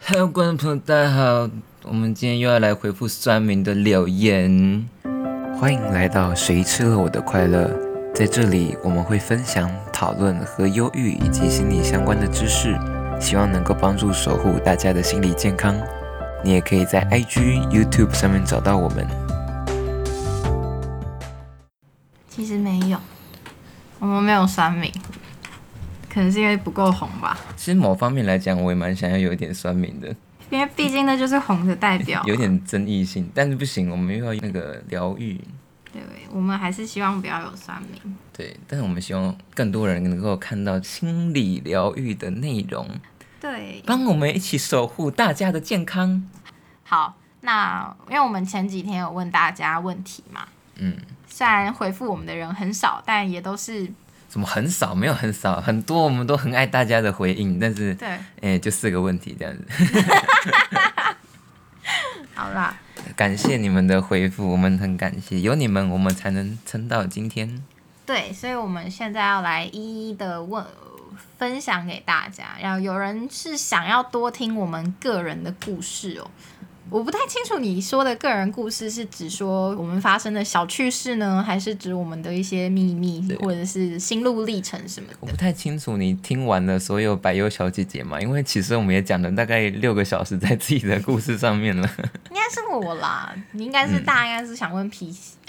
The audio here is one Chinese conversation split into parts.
Hello，观众朋友，大家好，我们今天又要来回复酸民的留言。欢迎来到谁吃了我的快乐，在这里我们会分享、讨论和忧郁以及心理相关的知识，希望能够帮助守护大家的心理健康。你也可以在 IG、YouTube 上面找到我们。 其实没有，我们没有酸民，可能是因为不够红吧。 其实某方面来讲，我也蛮想要有一点酸民的， 因为毕竟那就是红的代表， 有点争议性，但是不行，我们又要那个疗愈。 对，我们还是希望不要有酸民。 对，但是我们希望更多人能够看到心理疗愈的内容， 对， 帮我们一起守护大家的健康。 好，那因为我们前几天有问大家问题嘛，虽然回复我们的人很少，但也都是怎么很少？没有很少，很多，我们都很爱大家的回应，但是对， 就4个问题这样子。 好啦， 感谢你们的回复，我们很感谢，有你们我们才能撑到今天。 对，所以我们现在要来一一的分享给大家。然后有人是想要多听我们个人的故事哦。我不太清楚你说的个人故事是指说我们发生的小趣事呢，还是指我们的一些秘密或者是心路历程什么的？ 我不太清楚你听完了所有百优小姐姐嘛，因为其实我们也讲了大概6个小时在自己的故事上面了。 应该是我啦，你应该是大家应该是想问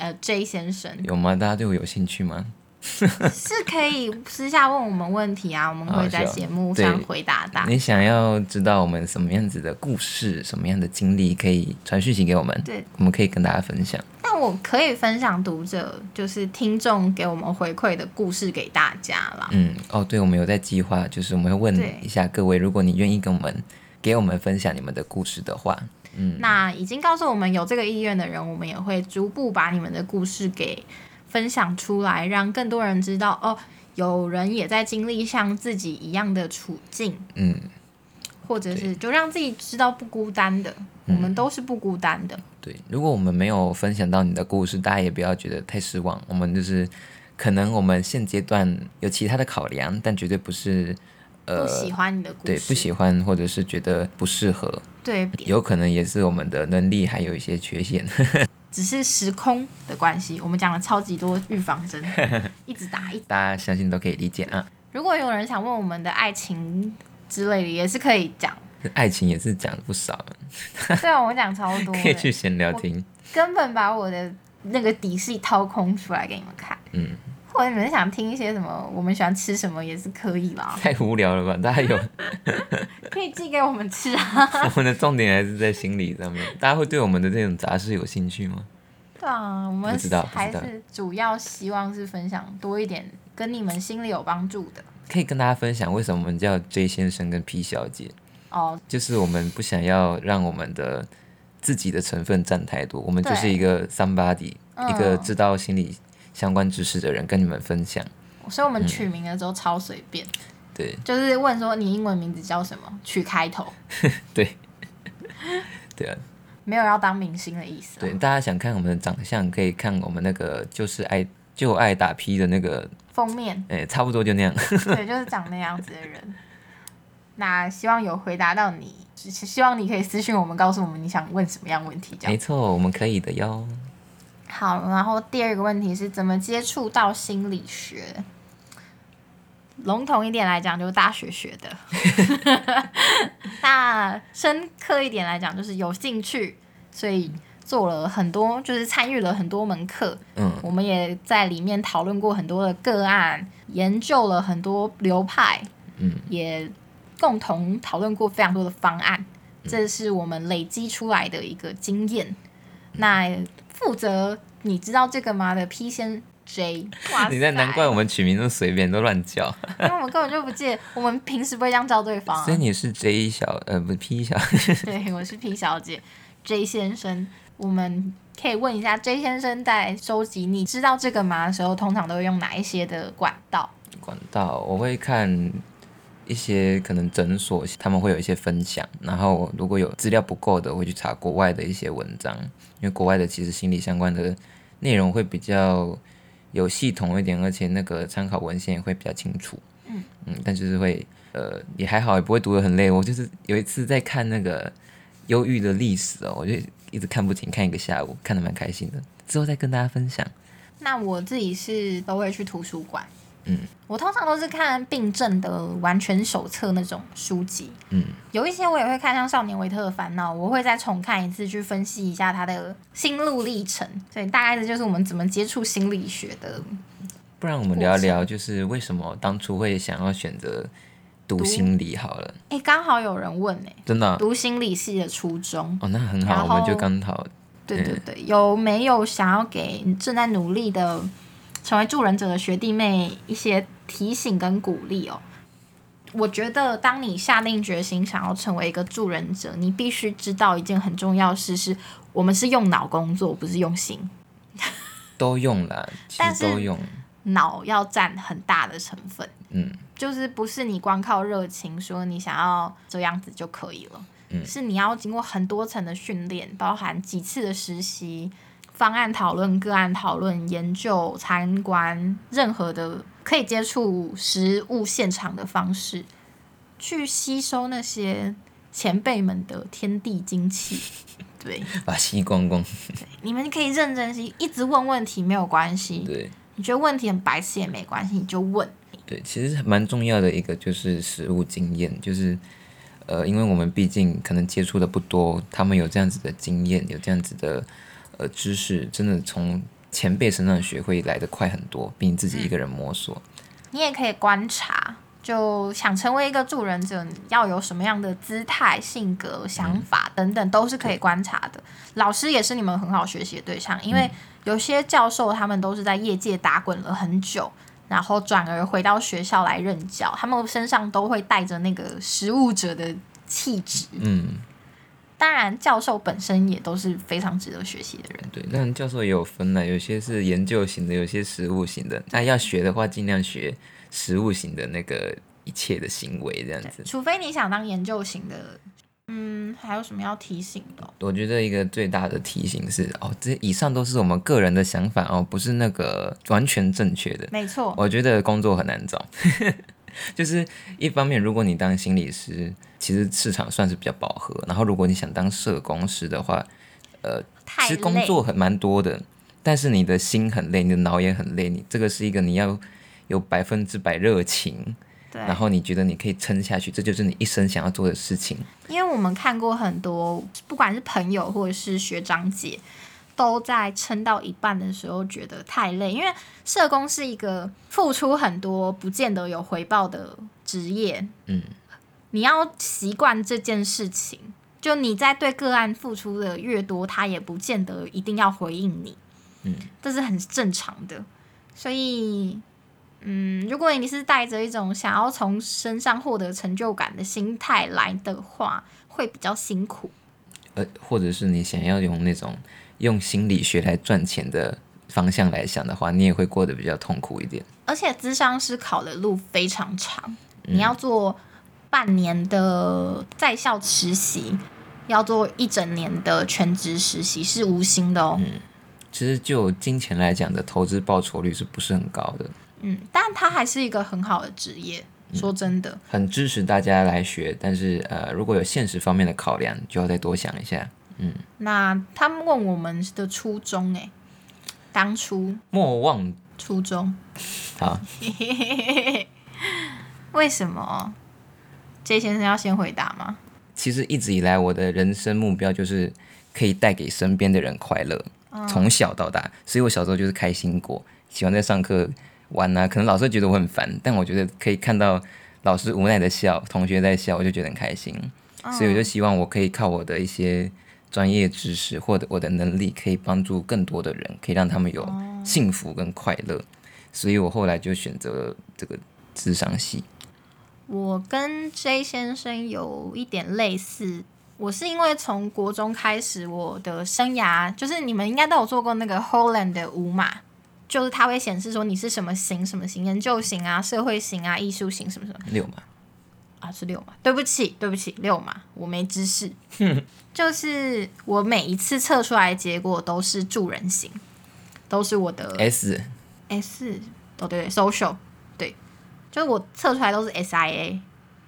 J 先生有吗？大家对我有兴趣吗？ 是可以私下问我们问题啊，我们会在节目上回答大家。 你想要知道我们什么样子的故事，什么样的经历，可以传讯息给我们， 对， 我们可以跟大家分享。 但我可以分享读者就是听众给我们回馈的故事给大家啦。 对，我们有在计划，就是我们会问一下各位，如果你愿意给我们分享你们的故事的话， 那已经告诉我们有这个意愿的人，我们也会逐步把你们的故事给分享出来，让更多人知道哦，有人也在经历像自己一样的处境，或者是就让自己知道不孤单的，我们都是不孤单的。 对，如果我们没有分享到你的故事，大家也不要觉得太失望，我们就是可能我们现阶段有其他的考量，但绝对不是不喜欢你的故事， 对，不喜欢或者是觉得不适合， 对， 有可能也是我们的能力还有一些缺陷。 只是时空的关系，我们讲了超级多预防针，一直打， 大家相信都可以理解啊。 如果有人想问我们的爱情之类的，也是可以讲。 爱情也是讲了不少， 对啊，我讲超多， 可以去闲聊听。 根本把我的那个底细掏空出来给你们看。或者你们想听一些什么，我们喜欢吃什么也是可以啦。 太无聊了吧？大家有可以寄给我们吃啊。 我们的重点还是在心理上面，大家会对我们的这种杂事有兴趣吗？ 对啊，我们还是主要希望是分享多一点跟你们心里有帮助的。 可以跟大家分享为什么我们叫 J 先生跟 P 小姐。就是我们不想要让我们的自己的成分占太多，我们就是一个 somebody，一个知道心理相关知识的人跟你们分享。 所以我们取名的时候超随便， 对， 就是问说你英文名字叫什么，取开头。 对，对啊， 没有要当明星的意思。 对，大家想看我们的长相，可以看我们那个就爱打 P 的那个封面， 差不多就那样。 对，就是长那样子的人。那希望有回答到你，希望你可以私讯我们，告诉我们你想问什么样问题。 没错，我们可以的哟。 好，然后第二个问题是怎么接触到心理学？笼统一点来讲，就是大学学的。那深刻一点来讲，就是有兴趣，所以做了很多，就是参与了很多门课。我们也在里面讨论过很多的个案，研究了很多流派，也共同讨论过非常多的方案，这是我们累积出来的一个经验。那负责你知道这个吗的 P 先 J， 你在难怪我们取名都随便都乱叫， 因为我们根本就不记得，我们平时不会这样叫对方。 所以你是 J 小不是 P 小对，我是 P 小姐 J 先生。我们可以问一下 J 先生在收集你知道这个吗的时候，通常都会用哪一些的管道？ 我会看一些可能诊所他们会有一些分享，然后如果有资料不够的，我会去查国外的一些文章，因为国外的其实心理相关的内容会比较有系统一点，而且那个参考文献也会比较清楚。但就是会也还好，也不会读得很累。我就是有一次在看那个忧郁的历史哦，我就一直看不停，看一个下午，看得蛮开心的。之后再跟大家分享。 那我自己是都会去图书馆。 嗯， 我通常都是看病症的完全手册那种书籍。有一些我也会看，像《少年维特的烦恼》，我会再重看一次，去分析一下他的心路历程。所以大概这就是我们怎么接触心理学的。 不然我们聊聊，就是为什么当初会想要选择读心理好了。 刚好有人问真的啊？ 读心理系的初衷哦，那很好，我们就刚好。 对，有没有想要给正在努力的成为助人者的学弟妹一些提醒跟鼓励哦？我觉得当你下定决心想要成为一个助人者，你必须知道一件很重要的事，是我们是用脑工作，不是用心。 都用啦，其实都用。 脑要占很大的成分。就是不是你光靠热情说你想要这样子就可以了。是你要经过很多层的训练，包含几次的实习、方案讨论、个案讨论、研究、参观，任何的可以接触实务现场的方式，去吸收那些前辈们的天地精气。对， 把吸光光。 你们可以认真吸，一直问问题没有关系。 对， 你觉得问题很白痴也没关系，你就问。 对，其实蛮重要的一个就是实务经验，就是因为我们毕竟可能接触的不多，他们有这样子的经验，有这样子的知识，真的从前辈身上学会来得快很多，比你自己一个人摸索。 你也可以观察，就想成为一个助人者，要有什么样的姿态、性格、想法等等，都是可以观察的。老师也是你们很好学习的对象，因为有些教授他们都是在业界打滚了很久，然后转而回到学校来任教，他们身上都会带着那个实务者的气质。当然教授本身也都是非常值得学习的人。 对，但教授也有分啦，有些是研究型的，有些实务型的。那要学的话，尽量学实务型的那个一切的行为这样子。 除非你想当研究型的。还有什么要提醒的？ 我觉得一个最大的提醒是，这以上都是我们个人的想法哦，不是那个完全正确的。 没错。我觉得工作很难找。就是一方面，如果你当心理师，其实市场算是比较饱和。然后，如果你想当社工师的话，其实工作蛮多的，但是你的心很累，你的脑也很累。这个是一个你要有100%热情，然后你觉得你可以撑下去，这就是你一生想要做的事情。 因为我们看过很多，不管是朋友或者是学长姐，都在撑到一半的时候觉得太累，因为社工是一个付出很多不见得有回报的职业。你要习惯这件事情，就你在对个案付出的越多，他也不见得一定要回应你。这是很正常的。所以如果你是带着一种想要从身上获得成就感的心态来的话，会比较辛苦。 或者是你想要用心理学来赚钱的方向来想的话，你也会过得比较痛苦一点。 而且諮商师考的路非常长，你要做半年的在校实习，要做1整年的全职实习，是无薪的哦。 其实就金钱来讲的投资报酬率是不是很高的？ 但它还是一个很好的职业。说真的， 很支持大家来学，但是如果有现实方面的考量，就要再多想一下。 那他们问我们的初衷，当初莫忘初衷。 好， 为什么？J 先生要先回答吗？ 其实一直以来我的人生目标就是可以带给身边的人快乐，从小到大，所以我小时候就是开心果，喜欢在上课玩啊，可能老师觉得我很烦，但我觉得可以看到老师无奈的笑，同学在笑，我就觉得很开心。所以我就希望我可以靠我的一些专业知识或者我的能力，可以帮助更多的人，可以让他们有幸福跟快乐。所以我后来就选择这个諮商系。 我跟 J 先生有一点类似，我是因为从国中开始，我的生涯就是你们应该都有做过那个 Holland 的5码。就是它会显示说你是什么型，研究型啊、社会型啊、艺术型什么什么。 6码啊，是6码。对不起，6码，我没知识。就是我每一次测出来的结果都是助人型，都是我的 S 对 social 对，就是我测出来都是 SIA。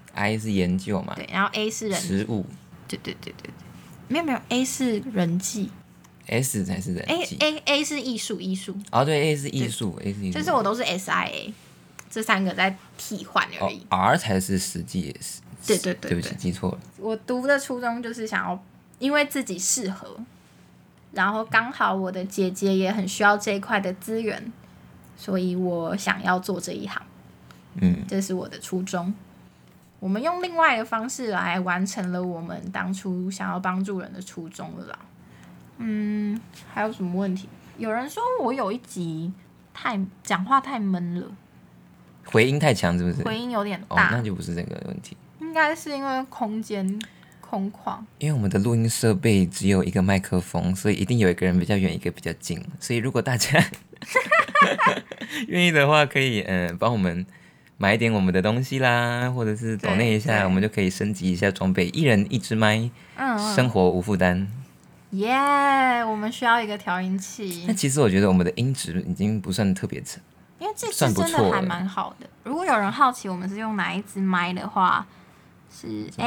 ，I 是研究嘛， 对，然后 A 是人， 食物对，没有 A 是人际 ，S 才是人际。 A 是艺术哦，对，A 是艺术，A 是艺术， 就是我都是 SIA， 这3个在替换而已。 R 才是实际也是。 对， 对不起，记错了。 我读的初衷就是想要，因为自己适合，然后刚好我的姐姐也很需要这一块的资源，所以我想要做这一行。这是我的初衷。我们用另外的方式来完成了我们当初想要帮助人的初衷了啦。还有什么问题？有人说我有一集讲话太闷了， 回音太强是不是？ 回音有点大， 那就不是这个问题。 应该是因为空间空旷， 因为我们的录音设备只有一个麦克风，所以一定有一个人比较远，一个比较近。所以如果大家愿意的话，可以帮我们买一点我们的东西啦，或者是抖内一下，我们就可以升级一下装备，一人一支麦，生活无负担。 耶！我们需要一个调音器。 那其实我觉得我们的音质已经不算特别差， 因为这支真的还蛮好的。如果有人好奇我们是用哪一支麦的话，是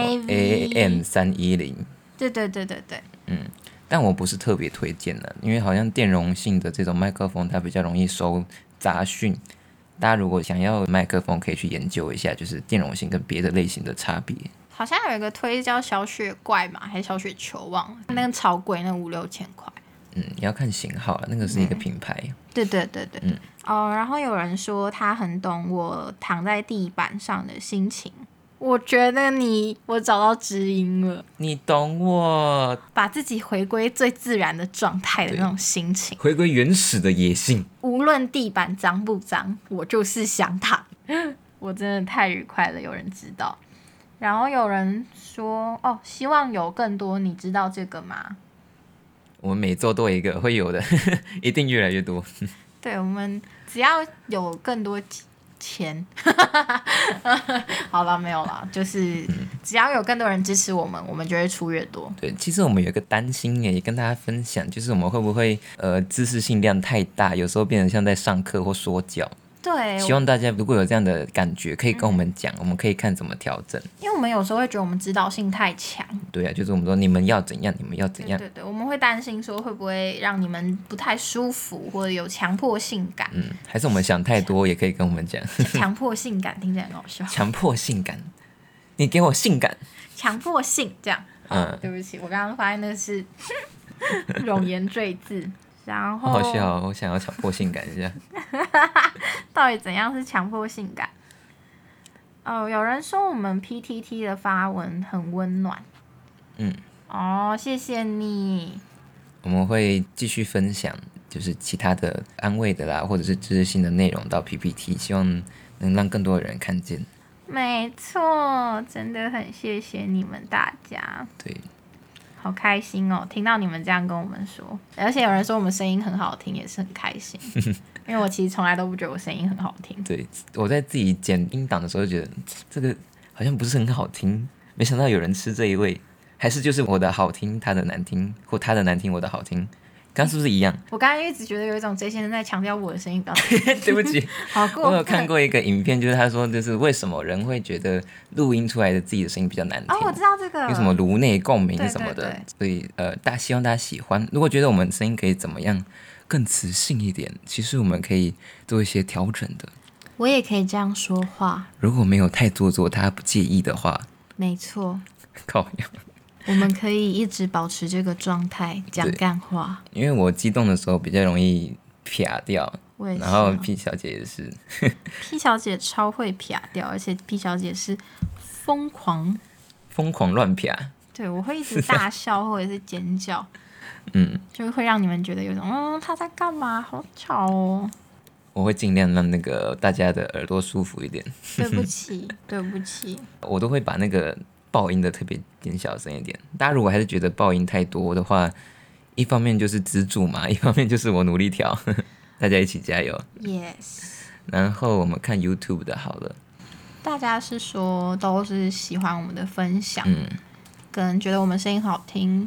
AM310。 对。 但我不是特别推荐的，因为好像电容性的这种麦克风它比较容易收杂讯。大家如果想要麦克风，可以去研究一下，就是电容性跟别的类型的差别。 好像有一个推叫小雪怪嘛，还是小雪球忘了，那个超贵，那5-6千块。 你要看型号了，那个是一个品牌。 对。然后有人说他很懂我躺在地板上的心情。我觉得我找到知音了。 你懂我， 把自己回归最自然的状态的那种心情， 回归原始的野性。 无论地板脏不脏，我就是想躺。我真的太愉快了，有人知道。然后有人说希望有更多，你知道这个吗？ 我们每周都有一个，会有的，一定越来越多。对， 我们只要有更多钱，好了，没有了，就是只要有更多人支持我们，我们就会出越多。 对，其实我们有一个担心也跟大家分享，就是我们会不会知识性量太大，有时候变得像在上课或说教。 对， 希望大家如果有这样的感觉，可以跟我们讲，我们可以看怎么调整。 因为我们有时候会觉得我们指导性太强。 对啊，就是我们说你们要怎样，你们要怎样。 对，我们会担心说会不会让你们不太舒服，或者有强迫性感。 还是我们想太多，也可以跟我们讲。 强迫性感听起来很好笑。 强迫性感，你给我性感。 强迫性这样。对不起，我刚刚发现那是冗言赘字。然后好笑，我想要强迫性感一下。 到底怎样是强迫性感？有人说我们 PTT 的发文很温暖。谢谢你。 我们会继续分享，就是其他的安慰的啦，或者是知识性的内容到 PPT， 希望能让更多的人看见。 没错，真的很谢谢你们大家。 对。 好开心哦！听到你们这样跟我们说，而且有人说我们声音很好听，也是很开心。因为我其实从来都不觉得我声音很好听。 对，我在自己剪音档的时候觉得这个好像不是很好听，没想到有人吃这一味，还是就是我的好听他的难听，或他的难听我的好听。刚是不是一样？ 我刚刚一直觉得有一种 J 先生在强调我的声音高。 对不起， 好过分。 我有看过一个影片，就是他说，就是为什么人会觉得录音出来的自己的声音比较难听。 我知道这个。 有什么颅内共鸣什么的。 对。 所以希望大家喜欢。如果觉得我们声音可以怎么样更磁性一点，其实我们可以做一些调整的。 我也可以这样说话。 如果没有太做作，他不介意的话。 没错。 靠腰。 我们可以一直保持这个状态，讲干话。 因为我激动的时候比较容易撇掉，然后 P 小姐也是。 P 小姐超会撇掉，而且 P 小姐是疯狂乱撇。 对，我会一直大笑或者是尖叫，就会让你们觉得有种她在干嘛，好吵哦。 我会尽量让那个大家的耳朵舒服一点。 对不起。 我都会把那个爆音的特别减小声一点。大家如果还是觉得爆音太多的话，一方面就是资助嘛，一方面就是我努力调。大家一起加油。 Yes。 然后我们看 YouTube 的好了。 大家是说都是喜欢我们的分享，跟觉得我们声音好听，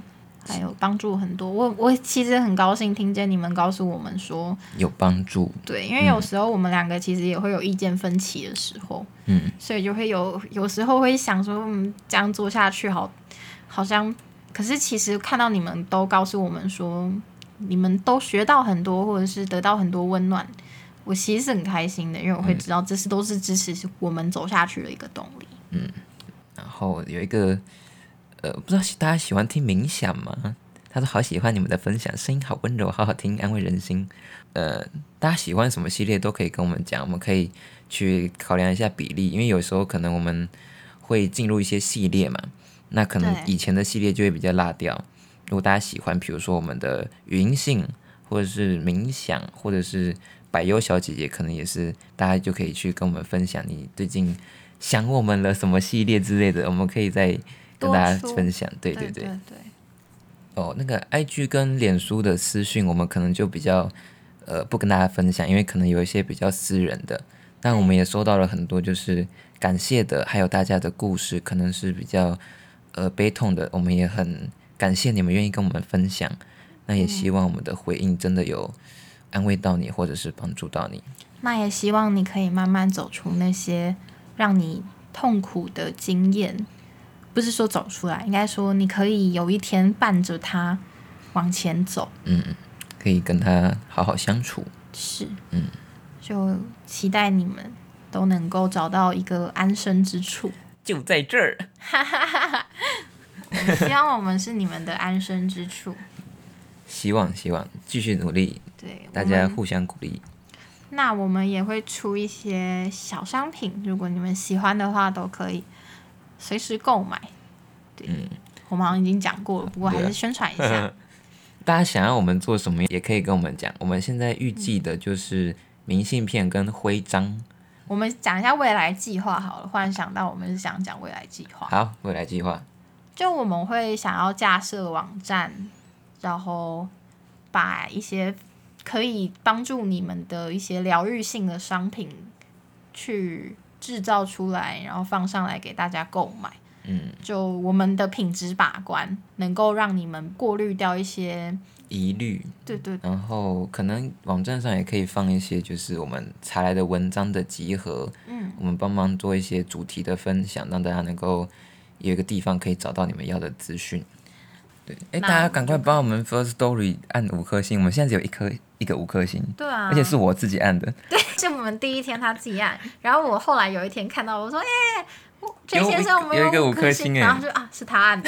还有帮助很多。我其实很高兴听见你们告诉我们说有帮助。 对，因为有时候我们两个其实也会有意见分歧的时候，所以就会有时候会想说，这样做下去好像，可是其实看到你们都告诉我们说，你们都学到很多，或者是得到很多温暖，我其实是很开心的，因为我会知道这都是支持我们走下去的一个动力。 然后有一个不知道大家喜欢听冥想吗？他说好喜欢你们的分享，声音好温柔，好好听，安慰人心。大家喜欢什么系列都可以跟我们讲，我们可以去考量一下比例，因为有时候可能我们会进入一些系列嘛，那可能以前的系列就会比较落掉。如果大家喜欢，比如说我们的语音性，或者是冥想，或者是百优小姐姐，可能也是大家就可以去跟我们分享你最近想我们了什么系列之类的，我们可以再跟大家分享。对。那个 IG 跟脸书的私讯，我们可能就比较不跟大家分享，因为可能有一些比较私人的。但我们也收到了很多就是感谢的，还有大家的故事，可能是比较悲痛的，我们也很感谢你们愿意跟我们分享。那也希望我们的回应真的有安慰到你，或者是帮助到你。 那也希望你可以慢慢走出那些让你痛苦的经验，不是说走出来，应该说你可以有一天伴着他往前走。 可以跟他好好相处。 是，就期待你们都能够找到一个安身之处， 就在这儿。 希望我们是你们的安身之处。 希望继续努力， 对， 大家互相鼓励。 那我们也会出一些小商品，如果你们喜欢的话，都可以随时购买。对，我们好像已经讲过了，不过还是宣传一下。 大家想要我们做什么，也可以跟我们讲。我们现在预计的就是明信片跟徽章。 我们讲一下未来计划好了，忽然想到我们是想讲未来计划。 好，未来计划就我们会想要架设网站，然后把一些可以帮助你们的一些疗愈性的商品去制造出来，然后放上来给大家购买。就我们的品质把关，能够让你们过滤掉一些疑虑。 对。 然后可能网站上也可以放一些就是我们查来的文章的集合。我们帮忙做一些主题的分享，让大家能够有一个地方可以找到你们要的资讯。对，大家赶快帮我们 First Story 按5颗星，我们现在只有一个5颗星。 对啊， 而且是我自己按的。 对，是我们第一天他自己按，然后我后来有一天看到，我说崔先生，我们有一个 5 5颗星， 然后就是他按的。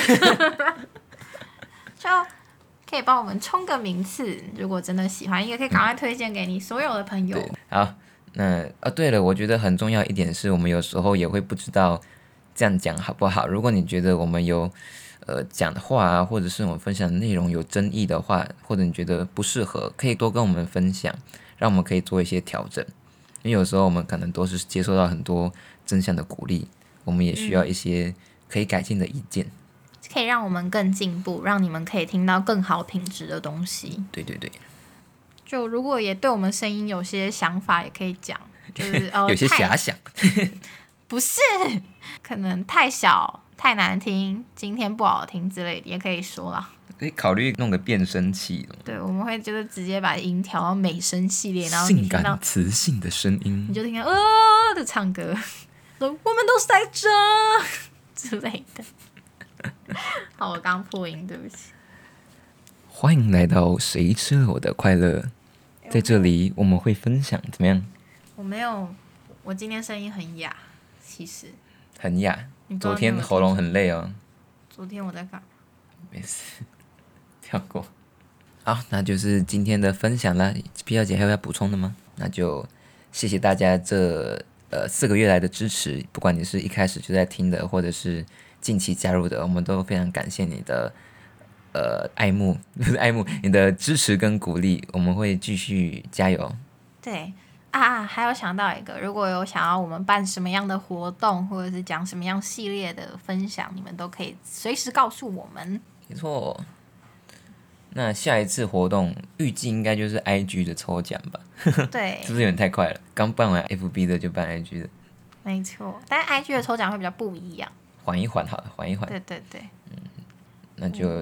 就可以帮我们冲个名次，如果真的喜欢，也可以赶快推荐给你所有的朋友。 好，那对了，我觉得很重要一点是我们有时候也会不知道这样讲好不好。如果你觉得我们有讲的话啊，或者是我们分享的内容有争议的话，或者你觉得不适合，可以多跟我们分享，让我们可以做一些调整。因为有时候我们可能都是接受到很多正向的鼓励，我们也需要一些可以改进的意见， 可以让我们更进步，让你们可以听到更好品质的东西。 对。 就如果也对我们声音有些想法，也可以讲，就是有些遐想。 不是，可能太小、太难听，今天不好听之类的，也可以说啦。 可以考虑弄个变声器。 对，我们会就是直接把音调到美声系列，然后你性听到感磁性的声音， 你就听到的唱歌，说我们都是在这之类的。好，我刚破音，对不起。 欢迎来到谁吃了我的快乐，在这里我们会分享怎么样？ 我没有，我今天声音很哑，其实很哑。昨天喉咙很累哦。 昨天我在干嘛？ 没事，跳过。好，那就是今天的分享啦。P 小姐还有要补充的吗？那就谢谢大家这4个月来的支持，不管你是一开始就在听的，或者是近期加入的，我们都非常感谢你的爱慕，不是爱慕，你的支持跟鼓励，我们会继续加油。 对啊，还有想到一个，如果有想要我们办什么样的活动，或者是讲什么样系列的分享，你们都可以随时告诉我们。 没错。那下一次活动预计应该就是 IG 的抽奖吧？ 对， 是不是有点太快了？刚办完 FB 的就办 IG 的。 没错，但是 IG 的抽奖会比较不一样。 缓一缓好了，缓一缓。 对。 那就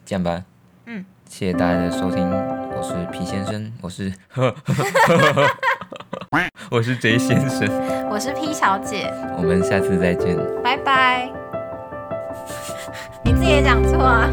这样吧。谢谢大家的收听，我是皮先生，我是我是 J 先生， 我是 P 小姐， 我们下次再见， 拜拜。你自己也讲错啊。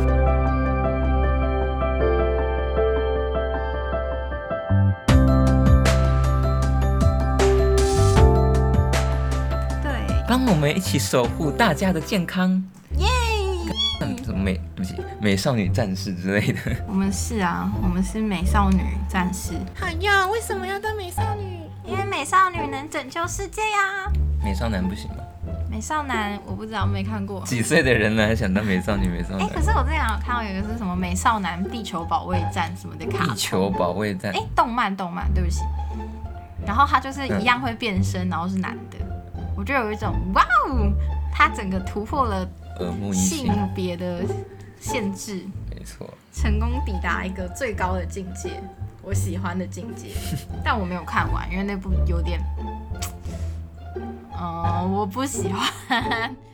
对， 帮我们一起守护大家的健康。 耶！ 什么对不起，美少女战士之类的。 我们是啊，我们是美少女战士。 哎呀，为什么要当美少女？ 因为美少女能拯救世界呀。 美少男不行吗？ 美少男我不知道，没看过。 几岁的人呢还想当美少女、美少男？ 可是我之前有看到有一个是什么美少男地球保卫战什么的卡通。 地球保卫战。 动漫，对不起。然后他就是一样会变身，然后是男的。我就有一种哇哦，他整个突破了性别的限制， 没错， 成功抵达一个最高的境界，我喜欢的境界。但我没有看完，因为那部有点，我不喜欢。